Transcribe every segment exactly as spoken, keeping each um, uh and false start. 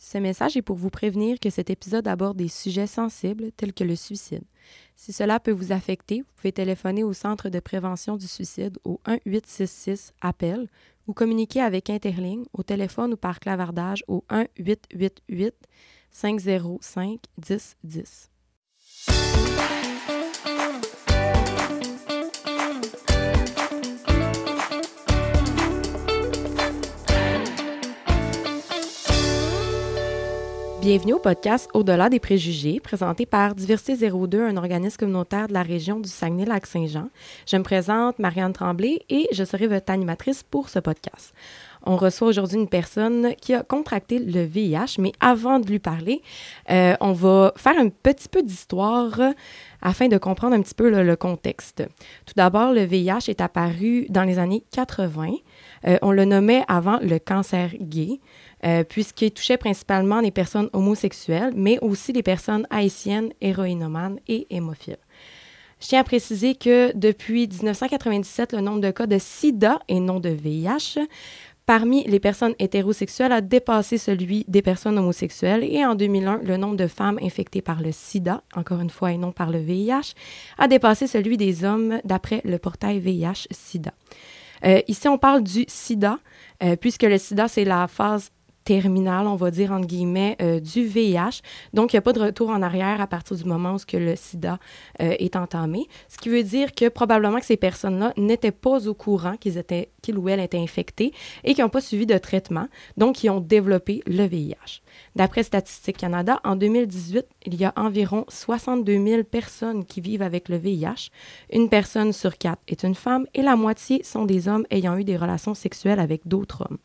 Ce message est pour vous prévenir que cet épisode aborde des sujets sensibles tels que le suicide. Si cela peut vous affecter, vous pouvez téléphoner au Centre de prévention du suicide au un huit six six appel ou communiquer avec Interligne au téléphone ou par clavardage au un huit huit huit cinq zéro cinq dix dix. Bienvenue au podcast Au-delà des préjugés, présenté par Diversité zéro deux, un organisme communautaire de la région du Saguenay-Lac-Saint-Jean. Je me présente Marianne Tremblay et je serai votre animatrice pour ce podcast. On reçoit aujourd'hui une personne qui a contracté le V I H, mais avant de lui parler, euh, on va faire un petit peu d'histoire afin de comprendre un petit peu le, le contexte. Tout d'abord, le V I H est apparu dans les années quatre-vingt. Euh, on le nommait avant le cancer gay. Euh, puisqu'il touchait principalement les personnes homosexuelles, mais aussi les personnes haïtiennes, héroïnomanes et hémophiles. Je tiens à préciser que depuis dix-neuf cent quatre-vingt-dix-sept, le nombre de cas de sida et non de V I H parmi les personnes hétérosexuelles a dépassé celui des personnes homosexuelles et en deux mille un, le nombre de femmes infectées par le sida, encore une fois et non par le V I H, a dépassé celui des hommes d'après le portail V I H SIDA. Euh, ici, on parle du sida, euh, puisque le sida, c'est la phase terminale, on va dire, entre guillemets, euh, du V I H. Donc, il n'y a pas de retour en arrière à partir du moment où que le sida euh, est entamé. Ce qui veut dire que probablement que ces personnes-là n'étaient pas au courant qu'ils étaient, qu'ils ou elles étaient infectés et qui n'ont pas suivi de traitement, donc qui ont développé le V I H. D'après Statistique Canada, en deux mille dix-huit, il y a environ soixante-deux mille personnes qui vivent avec le V I H. Une personne sur quatre est une femme et la moitié sont des hommes ayant eu des relations sexuelles avec d'autres hommes.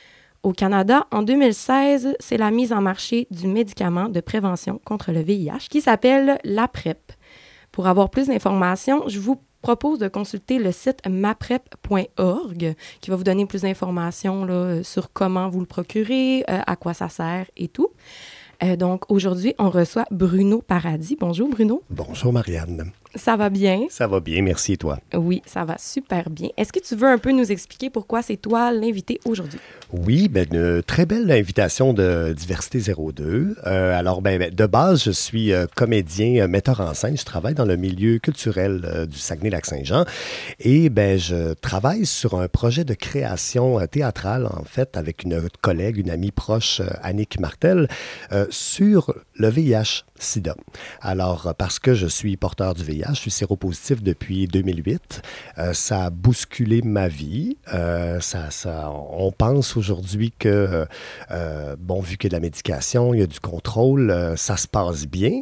Au Canada, en deux mille seize, c'est la mise en marché du médicament de prévention contre le V I H qui s'appelle la PrEP. Pour avoir plus d'informations, je vous propose de consulter le site ma prep point org qui va vous donner plus d'informations là, sur comment vous le procurez, euh, à quoi ça sert et tout. Euh, donc, aujourd'hui, on reçoit Bruno Paradis. Bonjour, Bruno. Bonjour, Marianne. Ça va bien? Ça va bien, merci, et toi? Oui, ça va super bien. Est-ce que tu veux un peu nous expliquer pourquoi c'est toi l'invité aujourd'hui? Oui, ben, une très belle invitation de Diversité zéro deux. Euh, alors, ben, ben, de base, je suis euh, comédien, euh, metteur en scène. Je travaille dans le milieu culturel euh, du Saguenay-Lac-Saint-Jean et ben, je travaille sur un projet de création euh, théâtrale, en fait, avec une collègue, une amie proche, euh, Annick Martel, euh, sur le V I H SIDA. Alors, parce que je suis porteur du V I H, je suis séropositif depuis deux mille huit. Euh, ça a bousculé ma vie. Euh, ça, ça, on pense aujourd'hui que, euh, bon, vu qu'il y a de la médication, il y a du contrôle, euh, ça se passe bien.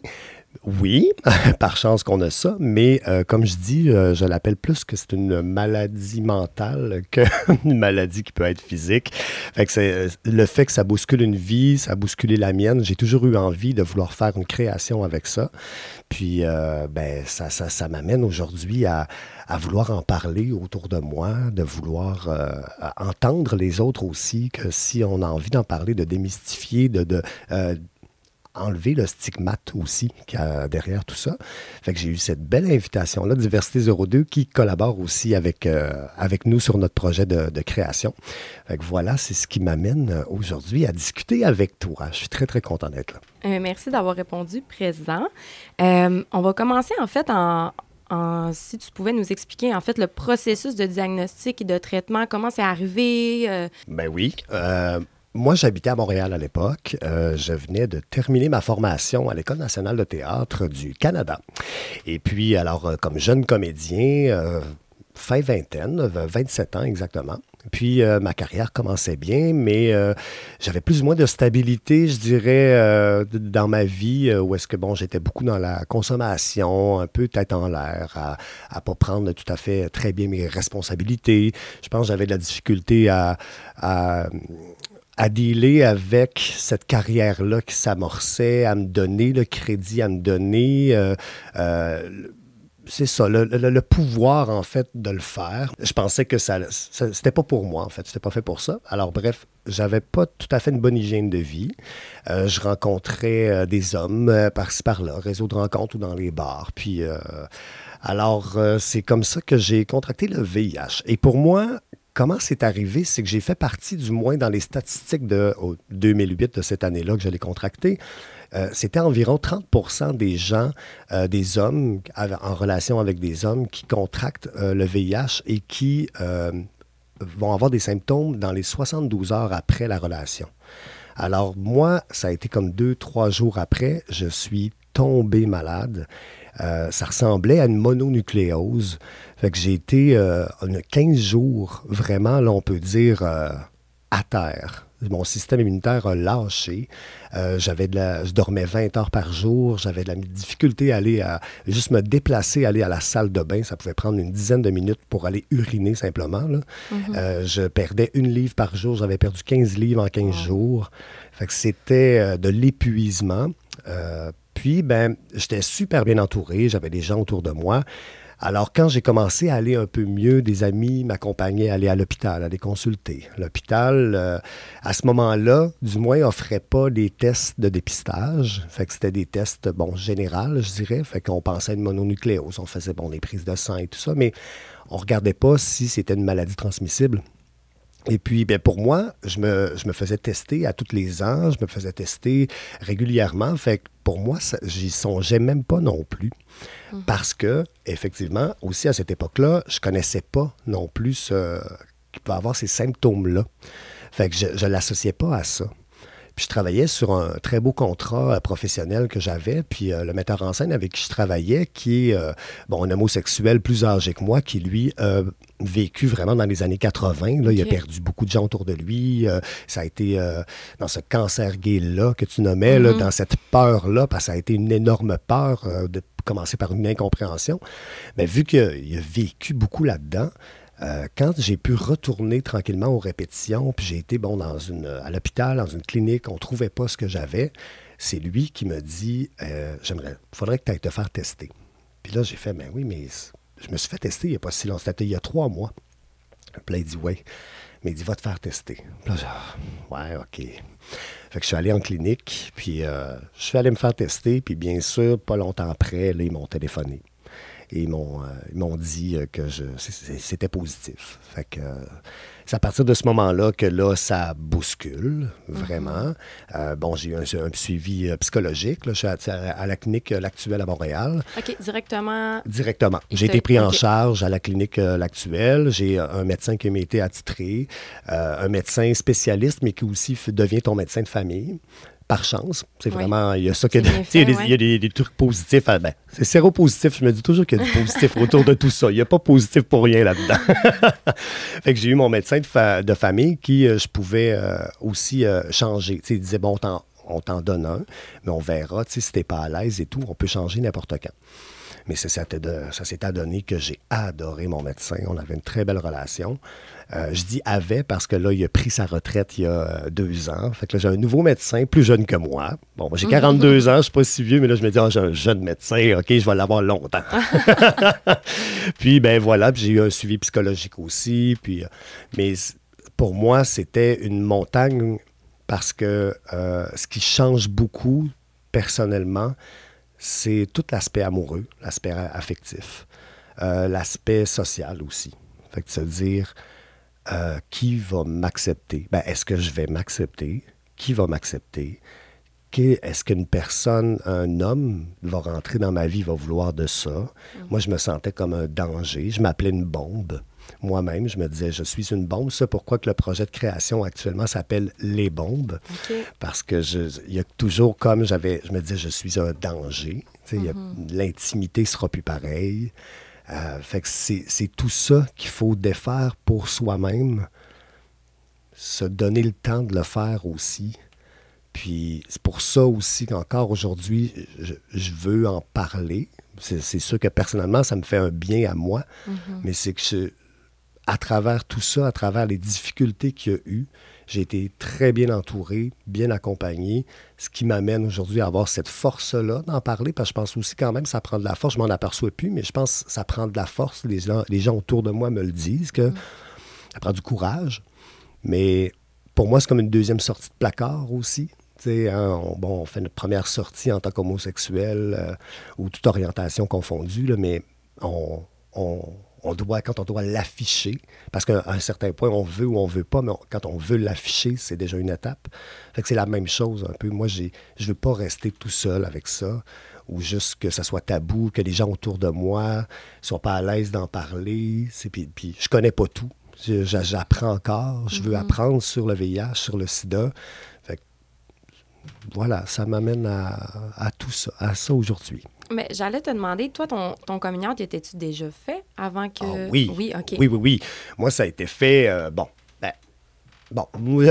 Oui, par chance qu'on a ça, mais euh, comme je dis, euh, je l'appelle plus que c'est une maladie mentale qu'une maladie qui peut être physique. Fait que c'est, le fait que ça bouscule une vie, ça a bousculé la mienne, j'ai toujours eu envie de vouloir faire une création avec ça. Puis, euh, ben, ça, ça, ça m'amène aujourd'hui à, à vouloir en parler autour de moi, de vouloir euh, entendre les autres aussi, que si on a envie d'en parler, de démystifier, de... de euh, enlever le stigmate aussi qu'il y a derrière tout ça. Fait que j'ai eu cette belle invitation-là, Diversité zéro deux, qui collabore aussi avec, euh, avec nous sur notre projet de, de création. Fait que voilà, c'est ce qui m'amène aujourd'hui à discuter avec toi. Je suis très, très content d'être là. Euh, merci d'avoir répondu présent. Euh, on va commencer en fait en... En, si tu pouvais nous expliquer, en fait, le processus de diagnostic et de traitement, comment c'est arrivé? Euh... Ben oui. Euh, moi, j'habitais à Montréal à l'époque. Euh, je venais de terminer ma formation à l'École nationale de théâtre du Canada. Et puis, alors, euh, comme jeune comédien, euh, fin vingtaine, vingt-sept ans exactement. Puis, euh, ma carrière commençait bien, mais euh, j'avais plus ou moins de stabilité, je dirais, euh, dans ma vie, euh, où est-ce que, bon, j'étais beaucoup dans la consommation, un peu tête en l'air, à ne pas prendre tout à fait très bien mes responsabilités. Je pense que j'avais de la difficulté à... à à dealer avec cette carrière-là qui s'amorçait, à me donner le crédit, à me donner... Euh, euh, c'est ça, le, le, le pouvoir, en fait, de le faire. Je pensais que ça, ça c'était pas pour moi, en fait. C'était pas fait pour ça. Alors, bref, j'avais pas tout à fait une bonne hygiène de vie. Euh, je rencontrais euh, des hommes euh, par-ci, par-là, réseau de rencontres ou dans les bars. Puis, euh, alors, euh, c'est comme ça que j'ai contracté le V I H. Et pour moi, comment c'est arrivé? C'est que j'ai fait partie, du moins dans les statistiques de oh, deux mille huit, de cette année-là que je l'ai contracté. Euh, c'était environ trente pour cent des gens, euh, des hommes en relation avec des hommes qui contractent euh, le V I H et qui euh, vont avoir des symptômes dans les soixante-douze heures après la relation. Alors moi, ça a été comme deux, trois jours après, je suis tombé malade. Euh, ça ressemblait à une mononucléose. Fait que j'ai été euh, quinze jours, vraiment, là, on peut dire, euh, à terre. Mon système immunitaire a lâché. Euh, j'avais de la, je dormais vingt heures par jour. J'avais de la difficulté à aller à juste me déplacer, aller à la salle de bain. Ça pouvait prendre une dizaine de minutes pour aller uriner simplement. Là. Mm-hmm. Euh, je perdais une livre par jour. J'avais perdu quinze livres en quinze wow. jours. Fait que c'était euh, de l'épuisement. Euh, puis, ben, j'étais super bien entouré. J'avais des gens autour de moi. Alors, quand j'ai commencé à aller un peu mieux, des amis m'accompagnaient à aller à l'hôpital, à les consulter. L'hôpital, euh, à ce moment-là, du moins, offrait pas des tests de dépistage. Fait que c'était des tests, bon, généraux, je dirais. Fait qu'on pensait à une mononucléose. On faisait, bon, des prises de sang et tout ça, mais on regardait pas si c'était une maladie transmissible. Et puis, bien, pour moi, je me, je me faisais tester à tous les ans. Je me faisais tester régulièrement. Fait que pour moi, ça, j'y songeais même pas non plus. Mmh. Parce que, effectivement, aussi à cette époque-là, je connaissais pas non plus ce, qui peut avoir ces symptômes-là. Fait que je ne l'associais pas à ça. Puis je travaillais sur un très beau contrat euh, professionnel que j'avais. Puis euh, le metteur en scène avec qui je travaillais, qui est euh, bon, un homosexuel plus âgé que moi, qui lui a euh, vécu vraiment dans les années quatre-vingts. Là, okay. Il a perdu beaucoup de gens autour de lui. Euh, ça a été euh, dans ce cancer gay-là que tu nommais, mm-hmm. là, dans cette peur-là, parce que ça a été une énorme peur euh, de commencer par une incompréhension. Mais vu qu'il a, il a vécu beaucoup là-dedans, Euh, quand j'ai pu retourner tranquillement aux répétitions, puis j'ai été bon, dans une, à l'hôpital, dans une clinique, on ne trouvait pas ce que j'avais, c'est lui qui me dit euh, « J'aimerais, il faudrait que tu ailles te faire tester. » Puis là, j'ai fait « Mais oui, mais je me suis fait tester il n'y a pas si longtemps, c'était il y a trois mois. » Puis là, il dit « Oui. » Mais il dit « Va te faire tester. » Puis là, j'ai « Ouais, OK. » Fait que je suis allé en clinique, puis euh, je suis allé me faire tester, puis bien sûr, pas longtemps après, là, ils m'ont téléphoné. Et ils m'ont, euh, ils m'ont dit euh, que je, c'était positif. Fait que euh, c'est à partir de ce moment-là que là, ça bouscule, vraiment. Mm-hmm. Euh, bon, j'ai eu un, un suivi euh, psychologique. Là. Je suis à, à la clinique euh, L'Actuelle à Montréal. OK, directement? Directement. J'ai été pris okay. en charge à la clinique euh, L'Actuelle. J'ai un médecin qui m'a été attitré, euh, un médecin spécialiste, mais qui aussi f- devient ton médecin de famille. Par chance. C'est vraiment, oui. il y a ça que il y a, des, ouais. il y a des, des trucs positifs. À, ben, c'est séropositif. Je me dis toujours qu'il y a du positif autour de tout ça. Il n'y a pas positif pour rien là-dedans. Fait que j'ai eu mon médecin de, fa- de famille qui, euh, je pouvais euh, aussi euh, changer. T'sais, il disait, bon, on t'en, on t'en donne un, mais on verra. Si t'es pas à l'aise et tout, on peut changer n'importe quand. Mais ça, ça, ça s'est adonné que j'ai adoré mon médecin. On avait une très belle relation. Euh, je dis « avait » parce que là, il a pris sa retraite il y a deux ans. Fait que là, j'ai un nouveau médecin, plus jeune que moi. Bon, moi, j'ai quarante-deux ans, je ne suis pas si vieux, mais là, je me dis oh, « j'ai un jeune médecin, OK, je vais l'avoir longtemps. » Puis, ben voilà, puis j'ai eu un suivi psychologique aussi. Puis, mais pour moi, c'était une montagne parce que euh, ce qui change beaucoup, personnellement, c'est tout l'aspect amoureux, l'aspect affectif, euh, l'aspect social aussi. Fait que se dire, euh, qui va m'accepter? Ben, est-ce que je vais m'accepter? Qui va m'accepter? Est-ce qu'une personne, un homme, va rentrer dans ma vie, va vouloir de ça? Mm-hmm. Moi, je me sentais comme un danger. Je m'appelais une bombe. Moi-même, je me disais, je suis une bombe. C'est pourquoi que le projet de création actuellement s'appelle Les Bombes. Okay. Parce que je, il y a toujours comme j'avais, je me disais, je suis un danger. Tu sais, mm-hmm. il y a, l'intimité sera plus pareille. Euh, fait que c'est, c'est tout ça qu'il faut défaire pour soi-même. Se donner le temps de le faire aussi. Puis c'est pour ça aussi qu'encore aujourd'hui, je, je veux en parler. C'est, c'est sûr que personnellement, ça me fait un bien à moi. Mm-hmm. Mais c'est que je, à travers tout ça, à travers les difficultés qu'il y a eu, j'ai été très bien entouré, bien accompagné, ce qui m'amène aujourd'hui à avoir cette force-là d'en parler, parce que je pense aussi quand même que ça prend de la force. Je m'en aperçois plus, mais je pense que ça prend de la force. Les gens, les gens autour de moi me le disent, que mm. ça prend du courage. Mais pour moi, c'est comme une deuxième sortie de placard aussi. Hein, on, bon, on fait notre première sortie en tant qu'homosexuel, euh, ou toute orientation confondue, là, mais on... on on doit, quand on doit l'afficher, parce qu'à un certain point, on veut ou on veut pas, mais on, quand on veut l'afficher, c'est déjà une étape. Fait que c'est la même chose un peu. Moi, j'ai, je veux pas rester tout seul avec ça, ou juste que ça soit tabou, que les gens autour de moi soient pas à l'aise d'en parler. C'est, puis, puis je connais pas tout. Je, j'apprends encore. Je veux mm-hmm. apprendre sur le V I H, sur le sida. Fait que, voilà, ça m'amène à, à tout ça, à ça aujourd'hui. Mais j'allais te demander, toi, ton, ton coming out, étais-tu déjà fait avant que... Ah oui. Oui, OK. Oui, oui, oui. Moi, ça a été fait, euh, bon, ben, bon,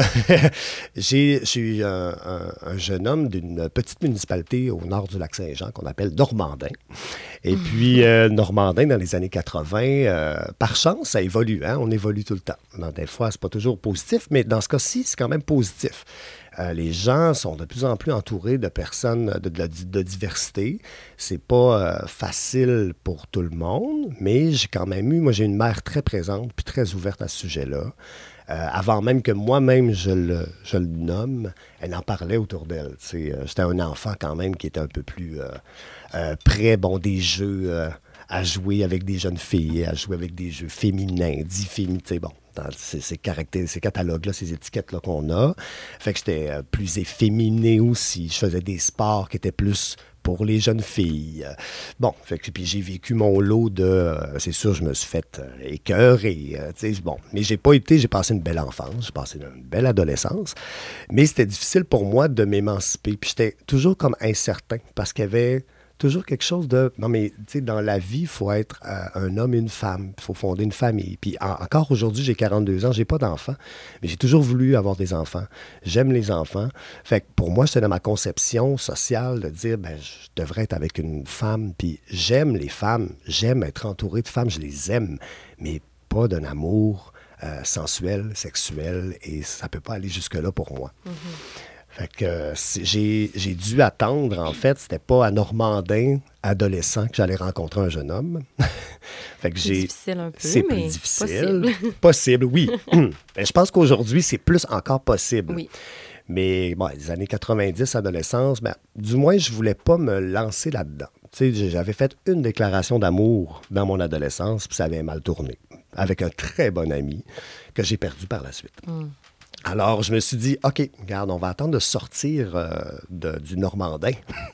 j'ai, je suis un, un, un jeune homme d'une petite municipalité au nord du Lac-Saint-Jean qu'on appelle Normandin. Et puis, euh, Normandin, dans les années quatre-vingt, euh, par chance, ça évolue, hein? On évolue tout le temps. Dans des fois, c'est pas toujours positif, mais dans ce cas-ci, c'est quand même positif. Euh, les gens sont de plus en plus entourés de personnes de, de, de diversité. C'est pas euh, facile pour tout le monde, mais j'ai quand même eu, moi j'ai une mère très présente puis très ouverte à ce sujet-là. Euh, avant même que moi-même je le, je le nomme, elle en parlait autour d'elle. T'sais, euh, j'étais un enfant quand même qui était un peu plus euh, euh, près, bon, des jeux euh, à jouer avec des jeunes filles, à jouer avec des jeux féminins, dits féminins, bon. Dans ces, ces, caractères, ces catalogues-là, ces étiquettes-là qu'on a. Fait que j'étais euh, plus efféminé aussi. Je faisais des sports qui étaient plus pour les jeunes filles. Euh, bon, fait que puis j'ai vécu mon lot de... Euh, c'est sûr, je me suis fait euh, écœurer. Euh, tu sais, bon, mais j'ai pas été... J'ai passé une belle enfance, j'ai passé une belle adolescence. Mais c'était difficile pour moi de m'émanciper. Puis j'étais toujours comme incertain parce qu'il y avait... toujours quelque chose de... Non, mais, tu sais, dans la vie, il faut être euh, un homme et une femme. Il faut fonder une famille. Puis en, encore aujourd'hui, j'ai quarante-deux ans, j'ai pas d'enfants, mais j'ai toujours voulu avoir des enfants. J'aime les enfants. Fait que pour moi, c'était dans ma conception sociale de dire, ben je devrais être avec une femme. Puis j'aime les femmes. J'aime être entouré de femmes. Je les aime, mais pas d'un amour euh, sensuel, sexuel. Et ça peut pas aller jusque-là pour moi. Mm-hmm. Fait que euh, j'ai, j'ai dû attendre, en fait, c'était pas à Normandin, adolescent, que j'allais rencontrer un jeune homme. Fait que c'est j'ai, difficile un peu, c'est mais plus difficile. Possible, possible oui. Ben, je pense qu'aujourd'hui, c'est plus encore possible. Oui. Mais bon, les années quatre-vingt-dix, adolescence, ben, du moins, je voulais pas me lancer là-dedans. Tu sais, j'avais fait une déclaration d'amour dans mon adolescence, puis ça avait mal tourné, avec un très bon ami que j'ai perdu par la suite. Mm. Alors, je me suis dit, OK, regarde, on va attendre de sortir euh, de, du Normandin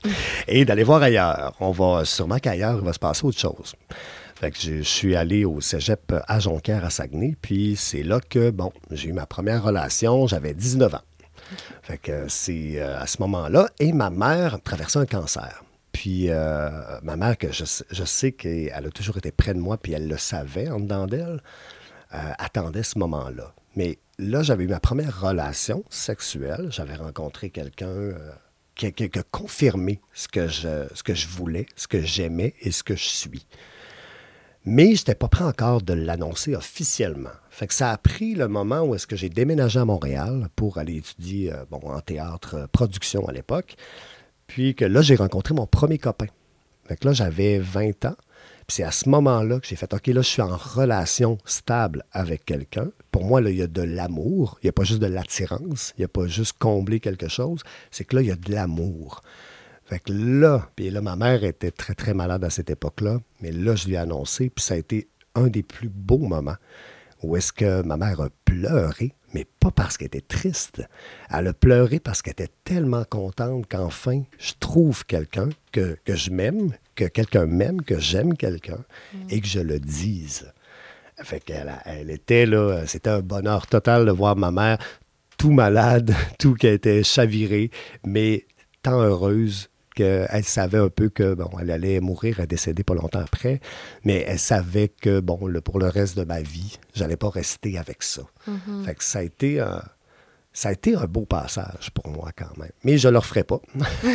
et d'aller voir ailleurs. On va, sûrement qu'ailleurs, il va se passer autre chose. Fait que je, je suis allé au cégep à Jonquière, à Saguenay, puis c'est là que, bon, j'ai eu ma première relation, j'avais dix-neuf ans. Fait que c'est euh, à ce moment-là, et ma mère traversait un cancer. Puis euh, ma mère, que je, je sais qu'elle a toujours été près de moi, puis elle le savait en dedans d'elle, euh, attendait ce moment-là. Mais là, j'avais eu ma première relation sexuelle. J'avais rencontré quelqu'un euh, qui, qui, qui a confirmé ce que, je, ce que je voulais, ce que j'aimais et ce que je suis. Mais je n'étais pas prêt encore de l'annoncer officiellement. Fait que ça a pris le moment où est-ce que j'ai déménagé à Montréal pour aller étudier euh, bon, en théâtre, euh, production à l'époque. Puis que là, j'ai rencontré mon premier copain. Fait que là, j'avais vingt ans. Puis c'est à ce moment-là que j'ai fait, OK, là, je suis en relation stable avec quelqu'un. Pour moi, là, il y a de l'amour. Il n'y a pas juste de l'attirance. Il n'y a pas juste combler quelque chose. C'est que là, il y a de l'amour. Fait que là, puis là, ma mère était très, très malade à cette époque-là. Mais là, je lui ai annoncé. Puis ça a été un des plus beaux moments où est-ce que ma mère a pleuré, mais pas parce qu'elle était triste. Elle a pleuré parce qu'elle était tellement contente qu'enfin, je trouve quelqu'un que, que je m'aime, que quelqu'un m'aime, que j'aime quelqu'un, mmh. et que je le dise. Fait qu'elle elle était là, c'était un bonheur total de voir ma mère tout malade, tout qui était chavirée, mais tant heureuse qu'elle savait un peu que, bon, elle allait mourir, elle est décédée pas longtemps après, mais elle savait que, bon, le, pour le reste de ma vie, j'allais pas rester avec ça. Mm-hmm. Fait que ça a été un, ça a été un beau passage pour moi quand même. Mais je le referai pas.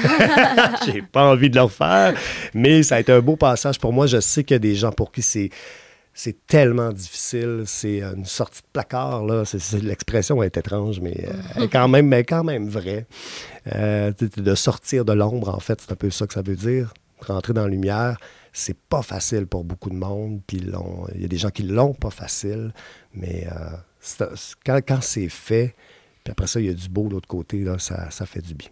J'ai pas envie de le refaire, mais ça a été un beau passage pour moi. Je sais qu'il y a des gens pour qui c'est C'est tellement difficile, c'est une sortie de placard, là. C'est, c'est, l'expression est étrange, mais euh, elle est quand même, mais quand même vraie. Euh, de sortir de l'ombre, en fait, c'est un peu ça que ça veut dire. Rentrer dans la lumière, c'est pas facile pour beaucoup de monde, puis il y a des gens qui l'ont pas facile, mais euh, c'est, c'est, quand, quand c'est fait, puis après ça, il y a du beau de l'autre côté, là, ça, ça fait du bien.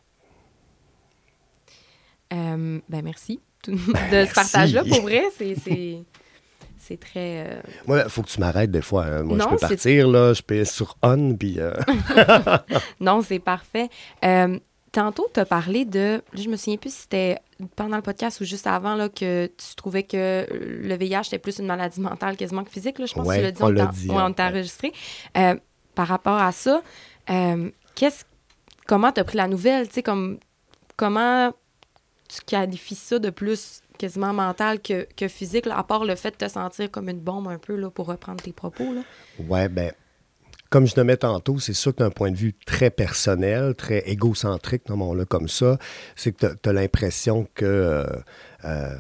Euh, ben merci de ce partage-là. Pour vrai, c'est... c'est... c'est très... Euh... Moi, il faut que tu m'arrêtes des fois. Hein. Moi, non, je peux partir, là, je peux sur on, puis... Euh... non, c'est parfait. Euh, tantôt, tu as parlé de... Je me souviens plus si c'était pendant le podcast ou juste avant, là, que tu trouvais que le V I H était plus une maladie mentale quasiment que physique. Là. Je pense ouais, que tu l'as dit. on, On l'a t'a, dit. Ouais, on t'a hein. enregistré. Euh, par rapport à ça, euh, qu'est-ce, comment tu as pris la nouvelle? Tu sais, comme, comment tu qualifies ça de plus quasiment mental que, que physique, là, à part le fait de te sentir comme une bombe un peu, là, pour reprendre tes propos? Là? Ouais, ben comme je le mets tantôt, c'est sûr que d'un point de vue très personnel, très égocentrique, nommons-le comme ça, c'est que tu as l'impression que euh, euh,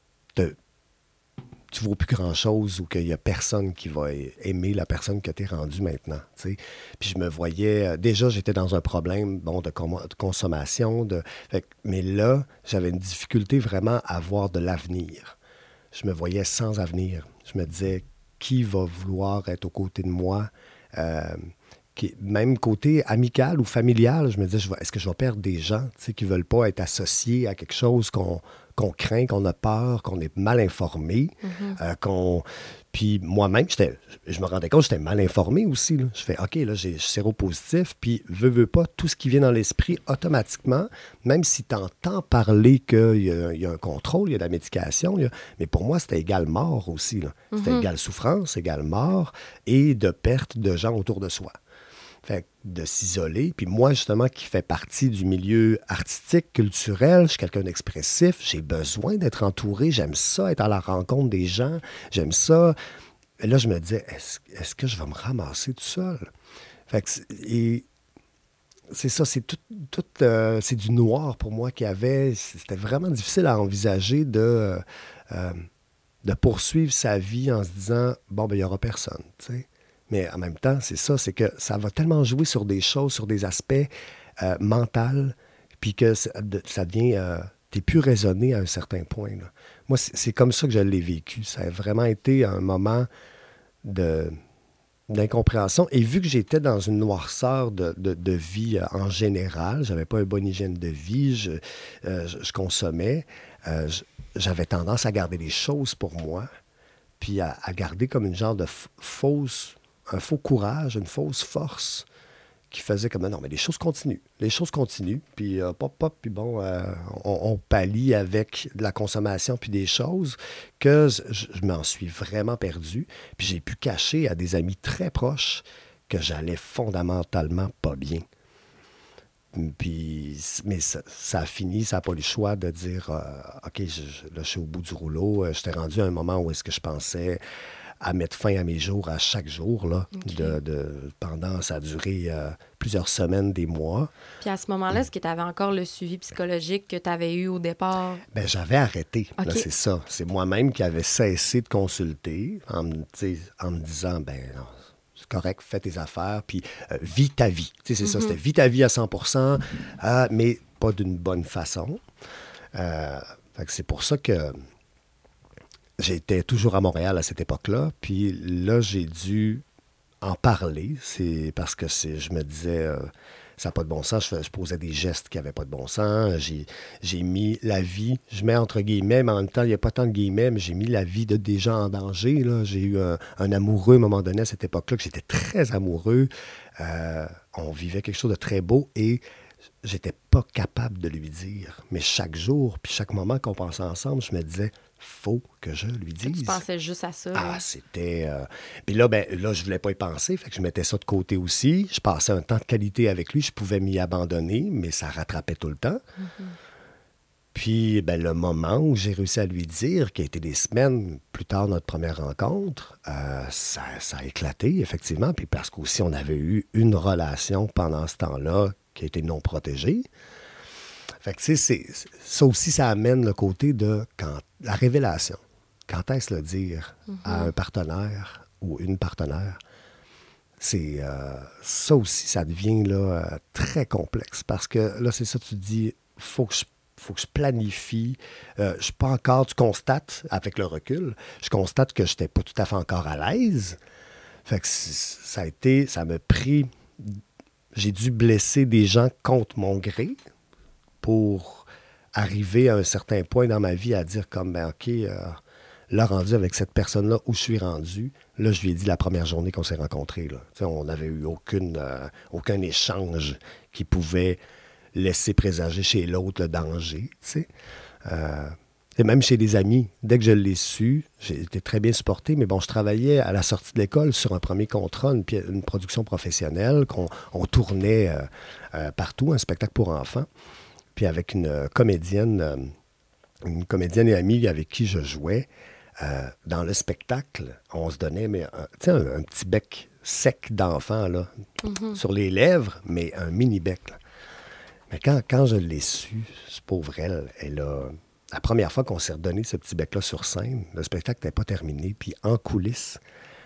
tu ne vaux plus grand-chose ou qu'il n'y a personne qui va aimer la personne que tu es rendue maintenant. T'sais. Puis je me voyais... Déjà, j'étais dans un problème bon, de, com- de consommation, de, fait, mais là, j'avais une difficulté vraiment à avoir de l'avenir. Je me voyais sans avenir. Je me disais, qui va vouloir être aux côtés de moi? Euh, qui, même côté amical ou familial, je me disais, je vais, est-ce que je vais perdre des gens qui ne veulent pas être associés à quelque chose qu'on, qu'on craint, qu'on a peur, qu'on est mal informé, mm-hmm. euh, qu'on... Puis moi-même, j'étais, je me rendais compte que j'étais mal informé aussi. Là. Je fais, OK, là, j'ai, je suis séropositif, puis veux, veux pas, tout ce qui vient dans l'esprit, automatiquement, même si tu entends parler qu'il y a, il y a un contrôle, il y a de la médication, il y a... mais pour moi, c'était égal mort aussi. Là. C'était mm-hmm. égal souffrance, égal mort, et de perte de gens autour de soi. Fait de s'isoler. Puis moi, justement, qui fais partie du milieu artistique, culturel, je suis quelqu'un d'expressif, j'ai besoin d'être entouré, j'aime ça, être à la rencontre des gens, j'aime ça. Et là, je me disais, est-ce, est-ce que je vais me ramasser tout seul? Fait que, et c'est ça, c'est tout, tout euh, c'est du noir pour moi qu'il y avait. C'était vraiment difficile à envisager de, euh, de poursuivre sa vie en se disant, bon, ben il n'y aura personne, tu sais. Mais en même temps, c'est ça, c'est que ça va tellement jouer sur des choses, sur des aspects euh, mentaux, puis que ça, ça devient... Euh, t'es plus raisonné à un certain point. Là. Moi, c'est, c'est comme ça que je l'ai vécu. Ça a vraiment été un moment de, d'incompréhension. Et vu que j'étais dans une noirceur de, de, de vie euh, en général, j'avais pas une bonne hygiène de vie, je, euh, je, je consommais, euh, je, j'avais tendance à garder les choses pour moi, puis à, à garder comme une genre de f- fausse... un faux courage, une fausse force qui faisait comme, non, mais les choses continuent. Les choses continuent, puis euh, pop, pop, puis bon, euh, on, on pallie avec de la consommation puis des choses que je, je m'en suis vraiment perdu. Puis j'ai pu cacher à des amis très proches que j'allais fondamentalement pas bien. Puis, mais ça, ça a fini, ça n'a pas eu le choix de dire, euh, OK, je, je, là, je suis au bout du rouleau. J'étais rendu à un moment où est-ce que je pensais... à mettre fin à mes jours à chaque jour. Là, okay. de, de, pendant, ça a duré euh, plusieurs semaines, des mois. Puis à ce moment-là, est-ce que tu avais encore le suivi psychologique que tu avais eu au départ? Bien, j'avais arrêté. Okay. Là, c'est ça. C'est moi-même qui avais cessé de consulter en, en me disant, ben non, c'est correct, fais tes affaires, puis euh, vis ta vie. Tu sais, c'est mm-hmm. ça, c'était vis ta vie à cent pour cent, euh, mais pas d'une bonne façon. Euh, fait que c'est pour ça que j'étais toujours à Montréal à cette époque-là, puis là, j'ai dû en parler. C'est parce que c'est, je me disais, euh, ça n'a pas de bon sens. Je, je posais des gestes qui n'avaient pas de bon sens. J'ai, j'ai mis la vie, je mets entre guillemets, mais en même temps, il n'y a pas tant de guillemets, mais j'ai mis la vie de des gens en danger. Là. J'ai eu un, un amoureux à un moment donné à cette époque-là, que j'étais très amoureux. Euh, on vivait quelque chose de très beau et j'étais pas capable de lui dire. Mais chaque jour, puis chaque moment qu'on passait ensemble, je me disais, faut que je lui dise. Tu pensais juste à ça. Ah, hein? c'était... Euh... Puis là, ben, là, je voulais pas y penser, fait que je mettais ça de côté aussi. Je passais un temps de qualité avec lui, je pouvais m'y abandonner, mais ça rattrapait tout le temps. Mm-hmm. Puis, ben, le moment où j'ai réussi à lui dire, qui a été des semaines plus tard, notre première rencontre, euh, ça, ça a éclaté, effectivement. Puis parce qu'aussi, on avait eu une relation pendant ce temps-là qui a été non protégée. Fait que, tu sais, c'est, ça aussi, ça amène le côté de quand, la révélation. Quand est-ce le dire mm-hmm. à un partenaire ou une partenaire? C'est, euh, ça aussi, ça devient là, euh, très complexe. Parce que là, c'est ça, tu te dis, faut que je faut que je planifie. Euh, je suis pas encore, tu constates, avec le recul, je constate que je n'étais pas tout à fait encore à l'aise. Fait que ça a été, ça m'a pris, j'ai dû blesser des gens contre mon gré pour arriver à un certain point dans ma vie à dire comme, ben OK, euh, Là, rendu avec cette personne-là où je suis rendu, là, je lui ai dit la première journée qu'on s'est rencontrés, là. Tu sais, on n'avait eu aucune, euh, aucun échange qui pouvait laisser présager chez l'autre le danger, tu sais. Euh, et même chez des amis, dès que je l'ai su, j'ai été très bien supporté, mais bon, je travaillais à la sortie de l'école sur un premier contrat, une, pi- une production professionnelle, qu'on on tournait euh, euh, partout, un spectacle pour enfants, puis avec une euh, comédienne, euh, une comédienne et amie avec qui je jouais. Euh, dans le spectacle, on se donnait mais, un, tu sais, un, un petit bec sec d'enfant, là, Mhm. sur les lèvres, mais un mini-bec, là. Mais quand, quand je l'ai su, ce pauvre elle, elle a... La première fois qu'on s'est redonné ce petit bec-là sur scène, le spectacle n'était pas terminé, puis en coulisses,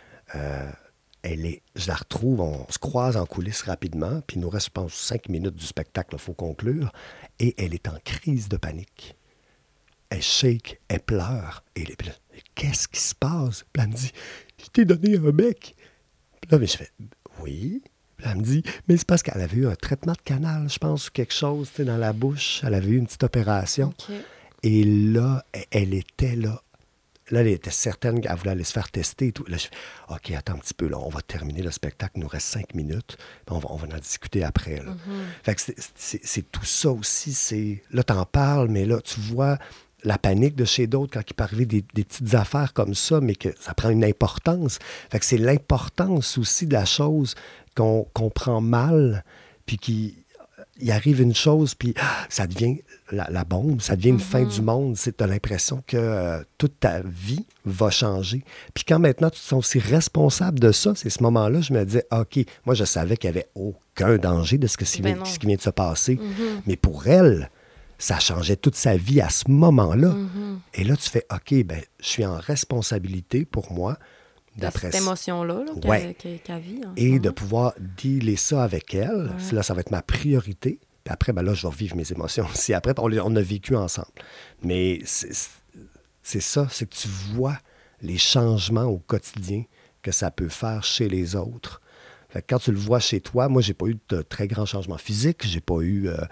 euh, elle est, je la retrouve, on se croise en coulisses rapidement, puis il nous reste, je pense, cinq minutes du spectacle, il faut conclure, et elle est en crise de panique. Elle shake, elle pleure, et elle est là, qu'est-ce qui se passe? Puis elle me dit, je t'ai donné un bec. Puis là, mais je fais, oui. Puis elle me dit, mais c'est parce qu'elle avait eu un traitement de canal, je pense, ou quelque chose, tu sais, dans la bouche. Elle avait eu une petite opération. OK. Et là, elle, elle était là. Là, elle était certaine qu'elle voulait aller se faire tester et tout. Là, je fais, OK, attends un petit peu, là, on va terminer le spectacle, il nous reste cinq minutes, puis on va, on va en discuter après, là. Mm-hmm. Fait que c'est, c'est, c'est tout ça aussi, c'est... Là, t'en parles, mais là, tu vois la panique de chez d'autres quand il peut arriver des, des petites affaires comme ça, mais que ça prend une importance. Fait que c'est l'importance aussi de la chose qu'on, qu'on prend mal, puis qui... Il arrive une chose, puis ah, ça devient la, la bombe, ça devient une Mm-hmm. fin du monde. Tu as l'impression que euh, toute ta vie va changer. Puis quand maintenant tu te sens aussi responsable de ça, c'est ce moment-là, je me disais, OK, moi je savais qu'il n'y avait aucun danger de ce, que, ce, Ben qui, non. ce qui vient de se passer. Mm-hmm. Mais pour elle, ça changeait toute sa vie à ce moment-là. Mm-hmm. Et là, tu fais, OK, ben, je suis en responsabilité pour moi. De D'après cette ça. émotion-là là, qu'elle, Ouais. qu'elle- qu'elle vit. En ce Et moment. de pouvoir dealer ça avec elle, Ouais. là, ça va être ma priorité. Puis après, ben là, je vais revivre mes émotions aussi. Après, on, les- on a vécu ensemble. Mais c'est, c'est ça, c'est que tu vois les changements au quotidien que ça peut faire chez les autres. Fait que quand tu le vois chez toi, moi, j'ai pas eu de très grands changements physiques, j'ai pas eu... euh,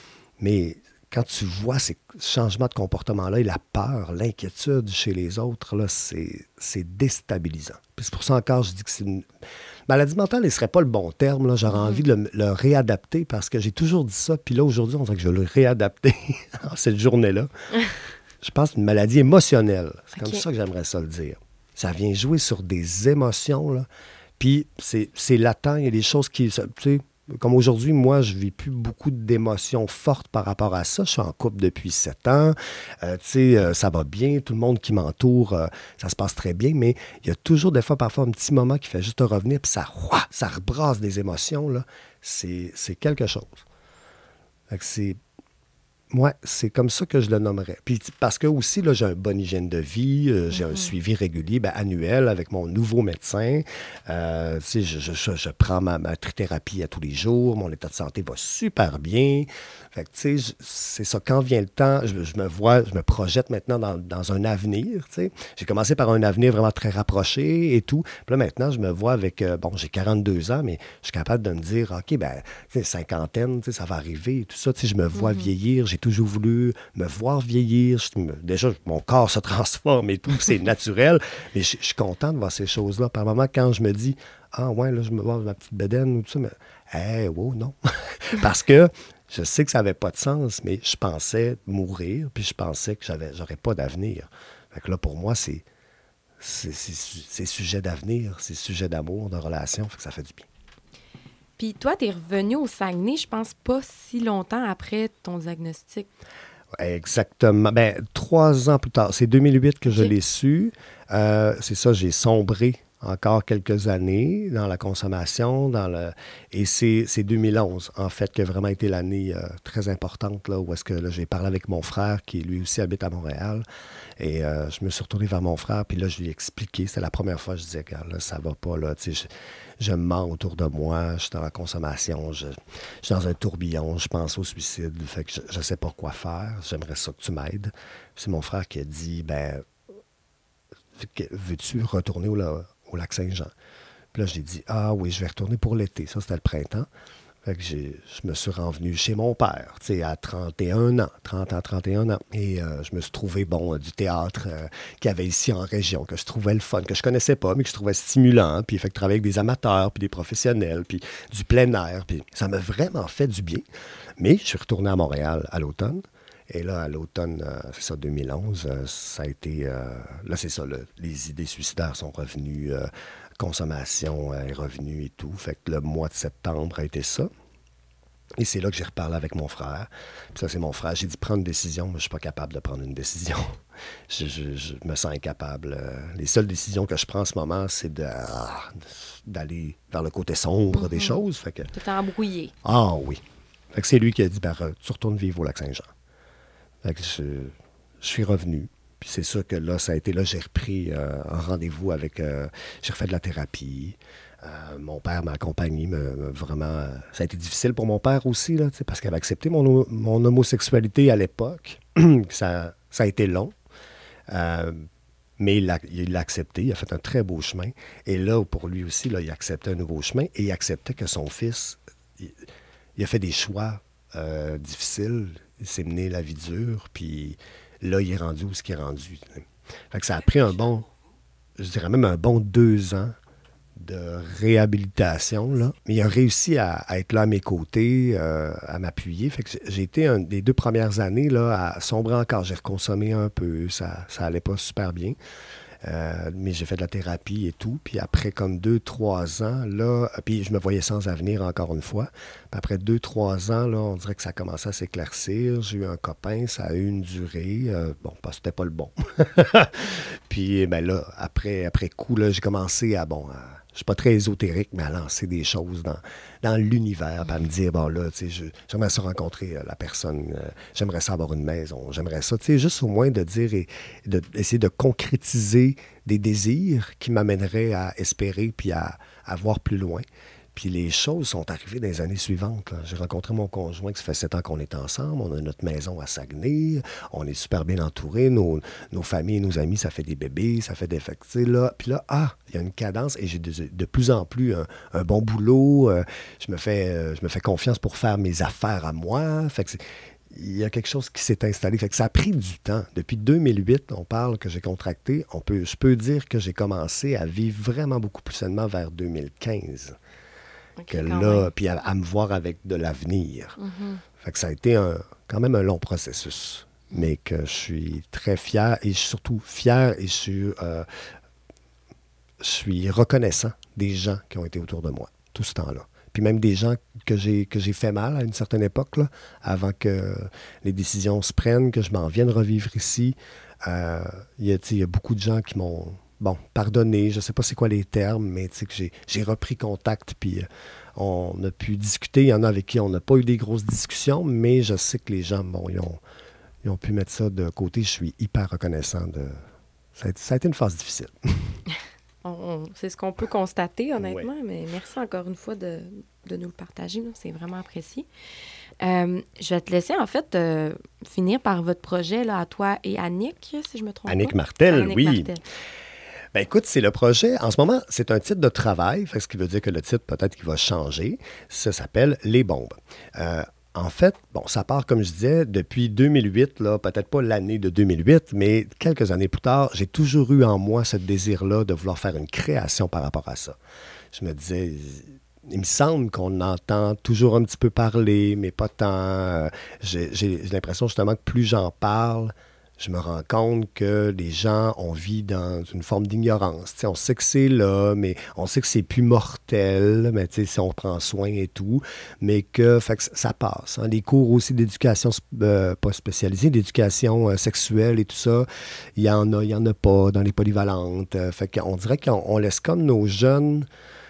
mais quand tu vois ces changements de comportement-là et la peur, l'inquiétude chez les autres, là, c'est, c'est déstabilisant. Puis c'est pour ça encore, je dis que c'est une... Maladie mentale, ce ne serait pas le bon terme. Là. J'aurais Mhm. envie de le, le réadapter parce que j'ai toujours dit ça. Puis là, aujourd'hui, on dirait que je vais le réadapter en cette journée-là. Je pense une maladie émotionnelle. C'est comme OK. ça que j'aimerais ça le dire. Ça vient jouer sur des émotions, là. Puis c'est, c'est latent. Il y a des choses qui... ça- Tu sais, comme aujourd'hui, moi, je ne vis plus beaucoup d'émotions fortes par rapport à ça. Je suis en couple depuis sept ans. Euh, tu sais, euh, ça va bien. Tout le monde qui m'entoure, euh, ça se passe très bien. Mais il y a toujours des fois, parfois, un petit moment qui fait juste revenir, puis ça, ouah, ça rebrasse des émotions, là. C'est, c'est quelque chose. Fait que c'est... Ouais, c'est comme ça que je le nommerais. Puis parce que aussi, là, j'ai une bonne hygiène de vie, euh, j'ai un suivi régulier, ben, annuel avec mon nouveau médecin. Euh, tu sais, je, je, je, je prends ma, ma trithérapie à tous les jours, mon état de santé va super bien. Fait que, tu sais, je- c'est ça, quand vient le temps, je, je me vois, je me projette maintenant dans, dans un avenir, tu sais. J'ai commencé par un avenir vraiment très rapproché et tout. Puis là, maintenant, je me vois avec, euh, bon, j'ai quarante-deux ans, mais je suis capable de me dire, OK, ben, tu sais, cinquantaine, tu sais, ça va arriver et tout ça. Tu sais, je me vois vieillir, j'ai toujours voulu me voir vieillir. Je me- déjà, mon corps se transforme et tout, c'est naturel. Mais je, je suis content de voir ces choses-là. Par moment, quand je me dis, ah ouais, là, je me vois avec ma petite bedaine ou tout ça, mais, hey, wow, non. Parce que je sais que ça n'avait pas de sens, mais je pensais mourir, puis je pensais que j'avais, j'aurais pas d'avenir. Fait que là, pour moi, c'est, c'est, c'est, su- c'est sujet d'avenir, c'est sujet d'amour, de relation, fait que ça fait du bien. Puis toi, tu es revenu au Saguenay, je pense, pas si longtemps après ton diagnostic. Exactement. Ben, trois ans plus tard. C'est deux mille huit que je OK. l'ai su. Euh, c'est ça, j'ai sombré encore quelques années dans la consommation. Dans le... Et c'est, c'est deux mille onze, en fait, qui a vraiment été l'année euh, très importante, là, où est-ce que là, j'ai parlé avec mon frère, qui lui aussi habite à Montréal. Et euh, je me suis retourné vers mon frère, puis là, je lui ai expliqué. C'était la première fois que je disais, regarde, là, ça va pas, là, tu sais, je, je me mens autour de moi, je suis dans la consommation, je, je suis dans un tourbillon, je pense au suicide, fait que je ne sais pas quoi faire, j'aimerais ça que tu m'aides. Puis c'est mon frère qui a dit, ben, que- veux-tu retourner au, la- au lac Saint-Jean? Puis là, j'ai dit, ah oui, je vais retourner pour l'été. Ça, c'était le printemps. Fait que j'ai, je me suis renvenu chez mon père, tu sais, à trente et un ans, trente à trente et un ans. Et euh, je me suis trouvé, bon, euh, du théâtre euh, qu'il y avait ici en région, que je trouvais le fun, que je connaissais pas, mais que je trouvais stimulant. Puis, fait que travailler avec des amateurs, puis des professionnels, puis du plein air. Puis, ça m'a vraiment fait du bien. Mais je suis retourné à Montréal à l'automne. Et là, à l'automne, euh, c'est ça, deux mille onze, euh, ça a été... Euh, là, c'est ça, le, les idées suicidaires sont revenues, euh, consommation euh, est revenue et tout. Fait que le mois de septembre a été ça. Et c'est là que j'ai reparlé avec mon frère. Puis ça, c'est mon frère. J'ai dit, prendre une décision. Moi, je suis pas capable de prendre une décision. je, je, je me sens incapable. Euh, les seules décisions que je prends en ce moment, c'est de, ah, d'aller vers le côté sombre mm-hmm. des choses. Fait que... Tu t'es embrouillé. Ah oui. Fait que c'est lui qui a dit, ben, tu retournes vivre au Lac-Saint-Jean. Fait que je, je suis revenu. Puis c'est sûr que là, ça a été là, j'ai repris euh, un rendez-vous avec... Euh, j'ai refait de la thérapie. Euh, mon père m'a accompagné, me, me vraiment... Euh, ça a été difficile pour mon père aussi, là, parce qu'il avait accepté mon, mon homosexualité à l'époque. ça, ça a été long. Euh, mais il l'a, il l'a accepté. Il a fait un très beau chemin. Et là, pour lui aussi, là, il a accepté un nouveau chemin. Et il acceptait que son fils... Il, il a fait des choix euh, difficiles. Il s'est mené la vie dure. Puis là, il est rendu où ce qu'il est rendu. Fait que ça a pris un bon... Je dirais même un bon deux ans de réhabilitation, là. Mais il a réussi à, à être là à mes côtés, euh, à m'appuyer. Fait que j'ai été un, des deux premières années là, à sombrer encore. J'ai reconsommé un peu, ça, ça allait pas super bien. Euh, mais j'ai fait de la thérapie et tout. Puis après comme deux, trois ans, là, puis je me voyais sans avenir encore une fois. Puis après deux, trois ans, là, on dirait que ça commençait à s'éclaircir. J'ai eu un copain, ça a eu une durée. Euh, bon, parce que c'était pas le bon. Puis ben là, après, après coup, là, j'ai commencé à, bon, à, je suis pas très ésotérique, mais à lancer des choses dans, dans l'univers, puis à me dire, bon là, tu sais, je, j'aimerais ça rencontrer euh, la personne, euh, j'aimerais ça avoir une maison, j'aimerais ça, tu sais, juste au moins de dire et de, d'essayer de concrétiser des désirs qui m'amèneraient à espérer puis à, à voir plus loin. Puis les choses sont arrivées dans les années suivantes, là. J'ai rencontré mon conjoint, que ça fait sept ans qu'on est ensemble. On a notre maison à Saguenay. On est super bien entourés. Nos, nos familles et nos amis, ça fait des bébés, ça fait des... Fait que, là, puis là, ah, il y a une cadence et j'ai de, de plus en plus un, un bon boulot. Euh, je, me fais, euh, je me fais confiance pour faire mes affaires à moi. Fait que c'est... Il y a quelque chose qui s'est installé. Fait que ça a pris du temps. Depuis deux mille huit, on parle que j'ai contracté. On peut, je peux dire que j'ai commencé à vivre vraiment beaucoup plus sainement vers deux mille quinze. Okay, que là, puis à, à me voir avec de l'avenir. Mm-hmm. Fait que ça a été un, quand même un long processus, mais que je suis très fier et surtout fier et je suis, euh, je suis reconnaissant des gens qui ont été autour de moi tout ce temps-là. Puis même des gens que j'ai, que j'ai fait mal à une certaine époque, là, avant que les décisions se prennent, que je m'en vienne revivre ici. Euh, il y a, il y a beaucoup de gens qui m'ont... Bon, pardonner, je ne sais pas c'est quoi les termes, mais tu sais que j'ai, j'ai repris contact, puis euh, on a pu discuter. Il y en a avec qui on n'a pas eu des grosses discussions, mais je sais que les gens, bon, ils ont, ils ont pu mettre ça de côté. Je suis hyper reconnaissant de... Ça a été, ça a été une phase difficile. on, on, c'est ce qu'on peut constater, honnêtement, ouais. Mais merci encore une fois de, de nous le partager. Là, c'est vraiment apprécié. Euh, je vais te laisser, en fait, euh, finir par votre projet là, à toi et Annick, si je me trompe Annick pas. Martel, Annick oui. Martel. Ben écoute, c'est le projet. En ce moment, c'est un titre de travail, fait, ce qui veut dire que le titre, peut-être qu'il va changer. Ça s'appelle Les Bombes. Euh, en fait, bon, ça part, comme je disais, depuis deux mille huit, là, peut-être pas l'année de deux mille huit, mais quelques années plus tard, j'ai toujours eu en moi ce désir-là de vouloir faire une création par rapport à ça. Je me disais... Il me semble qu'on entend toujours un petit peu parler, mais pas tant. J'ai, j'ai, j'ai l'impression justement que plus j'en parle, je me rends compte que les gens, on vit dans une forme d'ignorance. T'sais, on sait que c'est là, mais on sait que c'est plus mortel, mais si on prend soin et tout, mais que, fait que ça passe. Hein. Les cours aussi d'éducation, euh, pas spécialisée, d'éducation euh, sexuelle et tout ça, il y en a, il y en a pas dans les polyvalentes. Euh, fait qu'on dirait qu'on on laisse comme nos jeunes...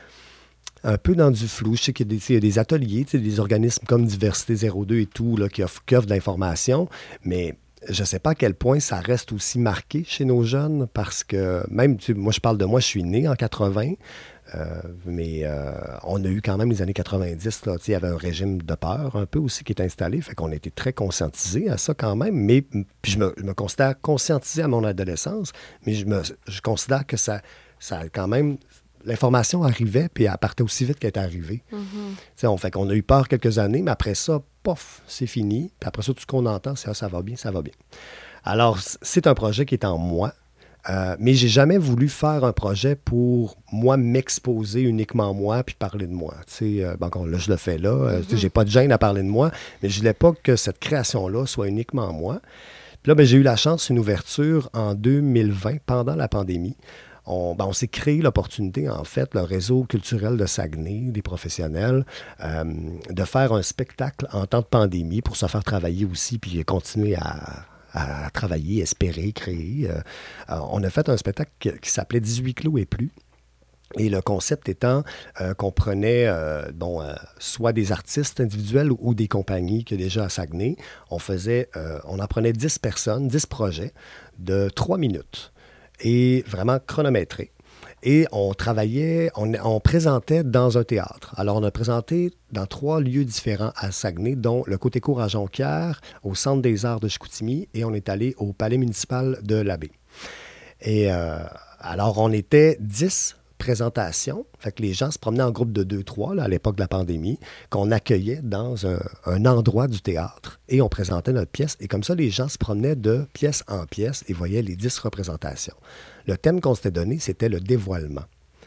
un peu dans du flou. Je sais qu'il y a des, il y a des ateliers, des organismes comme Diversité zéro deux et tout, là, qui, offrent, qui offrent de l'information, mais je ne sais pas à quel point ça reste aussi marqué chez nos jeunes, parce que même, tu sais, moi je parle de moi, je suis né en quatre-vingts, euh, mais euh, on a eu quand même les années quatre-vingt-dix, là, il y avait un régime de peur un peu aussi qui est installé, fait qu'on a été très conscientisés à ça quand même, mais puis je me, je me considère conscientisé à mon adolescence, mais je, me, je considère que ça, ça a quand même... l'information arrivait, puis elle partait aussi vite qu'elle est arrivée. Mm-hmm. On fait qu'on a eu peur quelques années, mais après ça, pof, c'est fini. Puis après ça, tout ce qu'on entend, c'est ah, ça va bien, ça va bien. Alors, c'est un projet qui est en moi, euh, mais j'ai jamais voulu faire un projet pour moi m'exposer uniquement moi puis parler de moi. Euh, bon, là, je le fais là. Euh, mm-hmm. J'ai pas de gêne à parler de moi, mais je voulais pas que cette création-là soit uniquement moi. Puis là, ben, j'ai eu la chance, une ouverture en deux mille vingt, pendant la pandémie. On, ben, on s'est créé l'opportunité, en fait, le réseau culturel de Saguenay, des professionnels, euh, de faire un spectacle en temps de pandémie pour se faire travailler aussi, puis continuer à, à travailler, espérer, créer. Euh, on a fait un spectacle qui, qui s'appelait dix-huit clos et plus. Et le concept étant euh, qu'on prenait euh, bon, euh, soit des artistes individuels ou, ou des compagnies qui déjà à Saguenay. On faisait, euh, on en prenait dix personnes, dix projets de trois minutes et vraiment chronométrés. Et on travaillait, on, on présentait dans un théâtre. Alors, on a présenté dans trois lieux différents à Saguenay, dont le Côté-Cour à Jonquière, au Centre des arts de Chicoutimi, et on est allé au Palais municipal de l'Abbé. Et euh, alors, on était dix présentation. Fait que les gens se promenaient en groupe de deux trois, là, à l'époque de la pandémie, qu'on accueillait dans un, un endroit du théâtre et on présentait notre pièce. Et comme ça, les gens se promenaient de pièce en pièce et voyaient les dix représentations. Le thème qu'on s'était donné, c'était le dévoilement.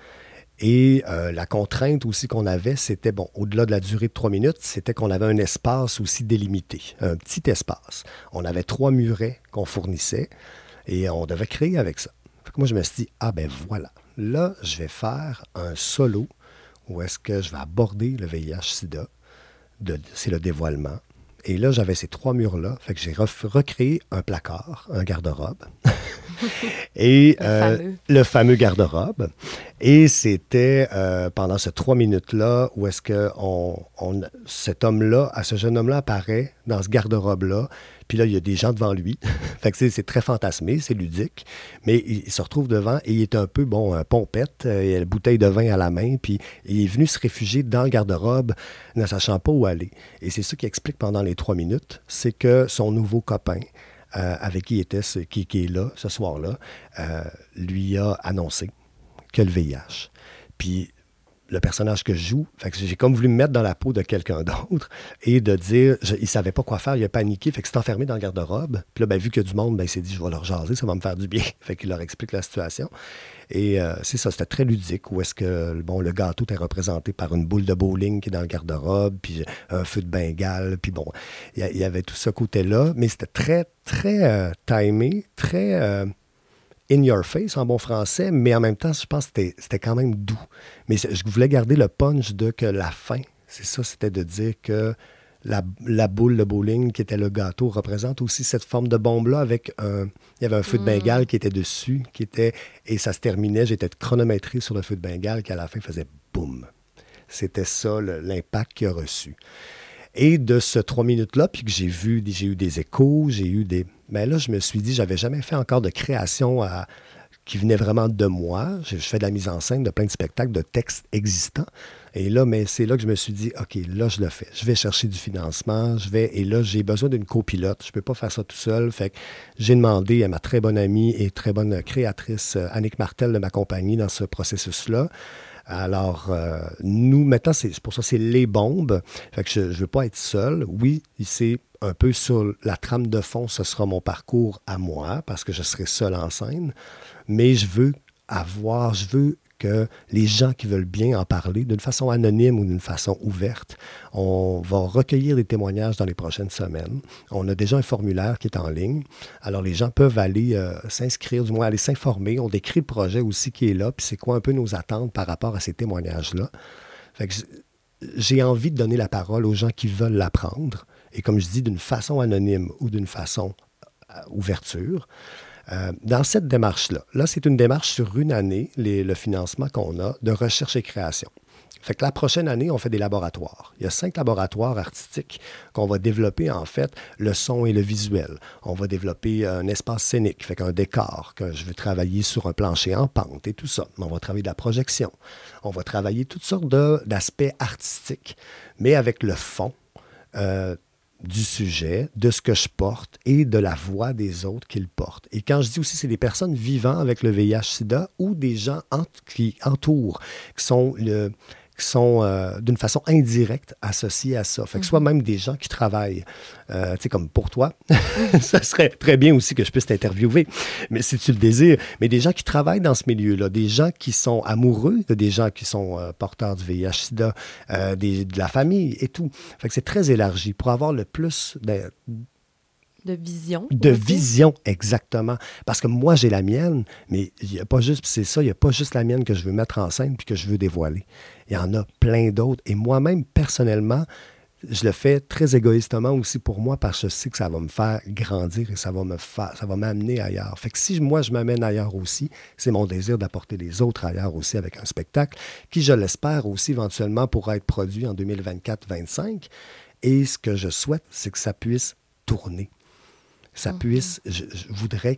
Et euh, la contrainte aussi qu'on avait, c'était, bon, au-delà de la durée de trois minutes, c'était qu'on avait un espace aussi délimité, un petit espace. On avait trois murets qu'on fournissait et on devait créer avec ça. Fait que moi, je me suis dit, ah ben voilà. Là, je vais faire un solo où est-ce que je vais aborder le V I H sida. De, c'est le dévoilement. Et là, j'avais ces trois murs-là. Fait que j'ai ref, recréé un placard, un garde-robe. Et le, euh, fameux. le fameux garde-robe. Et c'était euh, pendant ces trois minutes-là où est-ce que on, on, cet homme-là, ce jeune homme-là apparaît dans ce garde-robe-là. Puis là, il y a des gens devant lui. Fait que c'est, c'est très fantasmé, c'est ludique. Mais il, il se retrouve devant et il est un peu, bon, un pompette. Euh, il a une bouteille de vin à la main. Puis il est venu se réfugier dans le garde-robe, ne sachant pas où aller. Et c'est ça qui explique pendant les trois minutes, c'est que son nouveau copain, euh, avec qui il était, qui, qui est là, ce soir-là, euh, lui a annoncé que le V I H. Puis le personnage que je joue, fait que j'ai comme voulu me mettre dans la peau de quelqu'un d'autre et de dire, je, il savait pas quoi faire, il a paniqué, fait que s'est enfermé dans le garde-robe. Puis là, ben, vu qu'il y a du monde, ben, il s'est dit, je vais leur jaser, ça va me faire du bien. Fait qu'il leur explique la situation. Et euh, c'est ça, c'était très ludique, où est-ce que, bon, le gâteau était représenté par une boule de bowling qui est dans le garde-robe, puis un feu de Bengale, puis bon, il y, y avait tout ce côté-là, mais c'était très, très euh, timé, très... Euh, in your face en bon français, mais en même temps, je pense que c'était, c'était quand même doux. Mais je voulais garder le punch de que la fin, c'est ça, c'était de dire que la, la boule de bowling qui était le gâteau représente aussi cette forme de bombe-là avec un... Il y avait un feu de Bengale qui était dessus, qui était... Et ça se terminait, j'étais chronométré sur le feu de Bengale qui à la fin faisait boum. C'était ça, le, l'impact qu'il a reçu. Et de ce trois minutes-là, puis que j'ai vu, j'ai eu des échos, j'ai eu des... Mais là, je me suis dit, j'avais jamais fait encore de création à... qui venait vraiment de moi. Je fais de la mise en scène de plein de spectacles, de textes existants. Et là, mais c'est là que je me suis dit, OK, là, je le fais. Je vais chercher du financement. Je vais... Et là, j'ai besoin d'une copilote. Je ne peux pas faire ça tout seul. Fait que j'ai demandé à ma très bonne amie et très bonne créatrice, Annick Martel, de m'accompagner dans ce processus-là. Alors, euh, nous, maintenant, c'est, c'est pour ça c'est les bombes. Fait que je ne veux pas être seul. Oui, c'est un peu sur la trame de fond, ce sera mon parcours à moi, parce que je serai seul en scène. Mais je veux avoir, je veux que les gens qui veulent bien en parler, d'une façon anonyme ou d'une façon ouverte, on va recueillir des témoignages dans les prochaines semaines. On a déjà un formulaire qui est en ligne. Alors, les gens peuvent aller euh, s'inscrire, du moins aller s'informer. On décrit le projet aussi qui est là, puis c'est quoi un peu nos attentes par rapport à ces témoignages-là. Fait que j'ai envie de donner la parole aux gens qui veulent l'apprendre. Et comme je dis, d'une façon anonyme ou d'une façon euh, ouverture. Euh, dans cette démarche-là, là, c'est une démarche sur une année, les, le financement qu'on a de recherche et création. Fait que la prochaine année, on fait des laboratoires. Il y a cinq laboratoires artistiques qu'on va développer, en fait, le son et le visuel. On va développer un espace scénique, fait qu'un décor, que je veux travailler sur un plancher en pente et tout ça. On va travailler de la projection. On va travailler toutes sortes de, d'aspects artistiques, mais avec le fond, euh, du sujet, de ce que je porte et de la voix des autres qui le portent. Et quand je dis aussi, c'est des personnes vivant avec le V I H sida ou des gens ent- qui entourent, qui sont, le, qui sont euh, d'une façon indirecte associés à ça. Fait que mm-hmm. soit même des gens qui travaillent, euh, tu sais, comme pour toi, ça serait très bien aussi que je puisse t'interviewer, mais si tu le désires, mais des gens qui travaillent dans ce milieu-là, des gens qui sont amoureux, des gens qui sont euh, porteurs du V I H sida, euh, des, de la famille et tout. Fait que c'est très élargi pour avoir le plus de... De vision. De vision, exactement. Parce que moi, j'ai la mienne, mais il n'y a pas juste, c'est ça, il n'y a pas juste la mienne que je veux mettre en scène puis que je veux dévoiler. Il y en a plein d'autres. Et moi-même, personnellement, je le fais très égoïstement aussi pour moi parce que je sais que ça va me faire grandir et ça va me faire, ça va m'amener ailleurs. Fait que si moi, je m'amène ailleurs aussi, c'est mon désir d'apporter les autres ailleurs aussi avec un spectacle qui, je l'espère aussi éventuellement, pourra être produit en deux mille vingt-quatre vingt-cinq. Et ce que je souhaite, c'est que ça puisse tourner. Ça puisse, je, je voudrais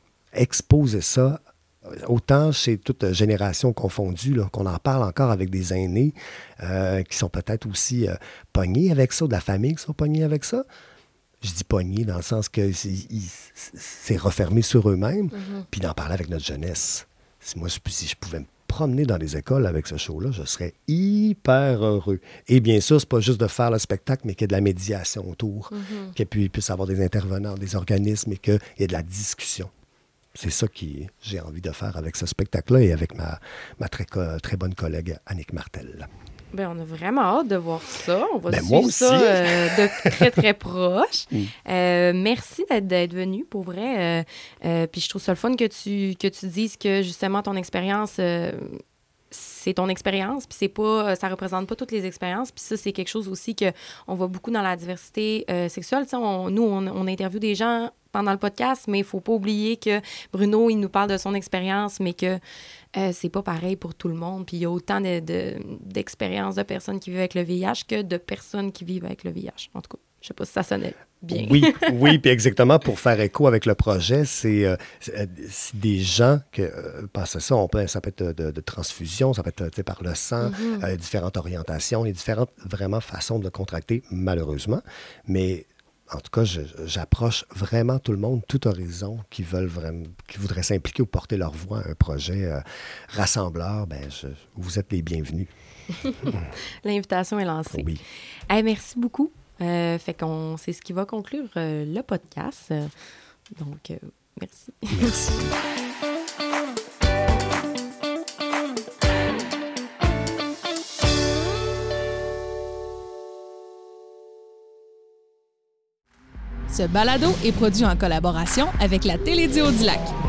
exposer ça, autant chez toute génération confondue, là, qu'on en parle encore avec des aînés euh, qui sont peut-être aussi euh, pognés avec ça, de la famille qui sont pognés avec ça. Je dis pognés dans le sens que c'est, c'est refermé sur eux-mêmes, mm-hmm. puis d'en parler avec notre jeunesse. Si moi, si je pouvais me promener dans les écoles avec ce show-là, je serais hyper heureux. Et bien sûr, c'est pas juste de faire le spectacle, mais qu'il y ait de la médiation autour, mm-hmm. qu'il puisse, puisse avoir des intervenants, des organismes et qu'il y ait de la discussion. C'est ça que j'ai envie de faire avec ce spectacle-là et avec ma, ma très, très bonne collègue Annick Martel. Bien, on a vraiment hâte de voir ça. On va ben suivre ça euh, de très, très proche. Mm. Euh, merci d'être, d'être venu, pour vrai. Euh, euh, puis je trouve ça le fun que tu, que tu dises que, justement, ton expérience, euh, c'est ton expérience, puis c'est pas, ça représente pas toutes les expériences. Puis ça, c'est quelque chose aussi qu'on voit beaucoup dans la diversité euh, sexuelle. Tu sais, on, nous, on, on interviewe des gens pendant le podcast, mais il faut pas oublier que Bruno, il nous parle de son expérience, mais que euh, c'est pas pareil pour tout le monde. Puis il y a autant de, de, d'expériences de personnes qui vivent avec le V I H que de personnes qui vivent avec le V I H. En tout cas, je sais pas si ça sonnait bien. Oui, oui, puis exactement, pour faire écho avec le projet, c'est, euh, c'est, c'est des gens que, euh, pensent à ça, on peut, ça peut être de, de transfusion, ça peut être par le sang, mm-hmm. euh, différentes orientations et différentes, vraiment, façons de le contracter, malheureusement, mais... En tout cas, je, j'approche vraiment tout le monde, tout horizon, qui veulent vraiment, qui voudraient s'impliquer ou porter leur voix à un projet euh, rassembleur. Ben, je, vous êtes les bienvenus. L'invitation est lancée. Oui. Hey, merci beaucoup. Euh, fait qu'on, c'est ce qui va conclure euh, le podcast. Euh, donc, euh, merci. Merci. Ce balado est produit en collaboration avec la Télédio du Lac.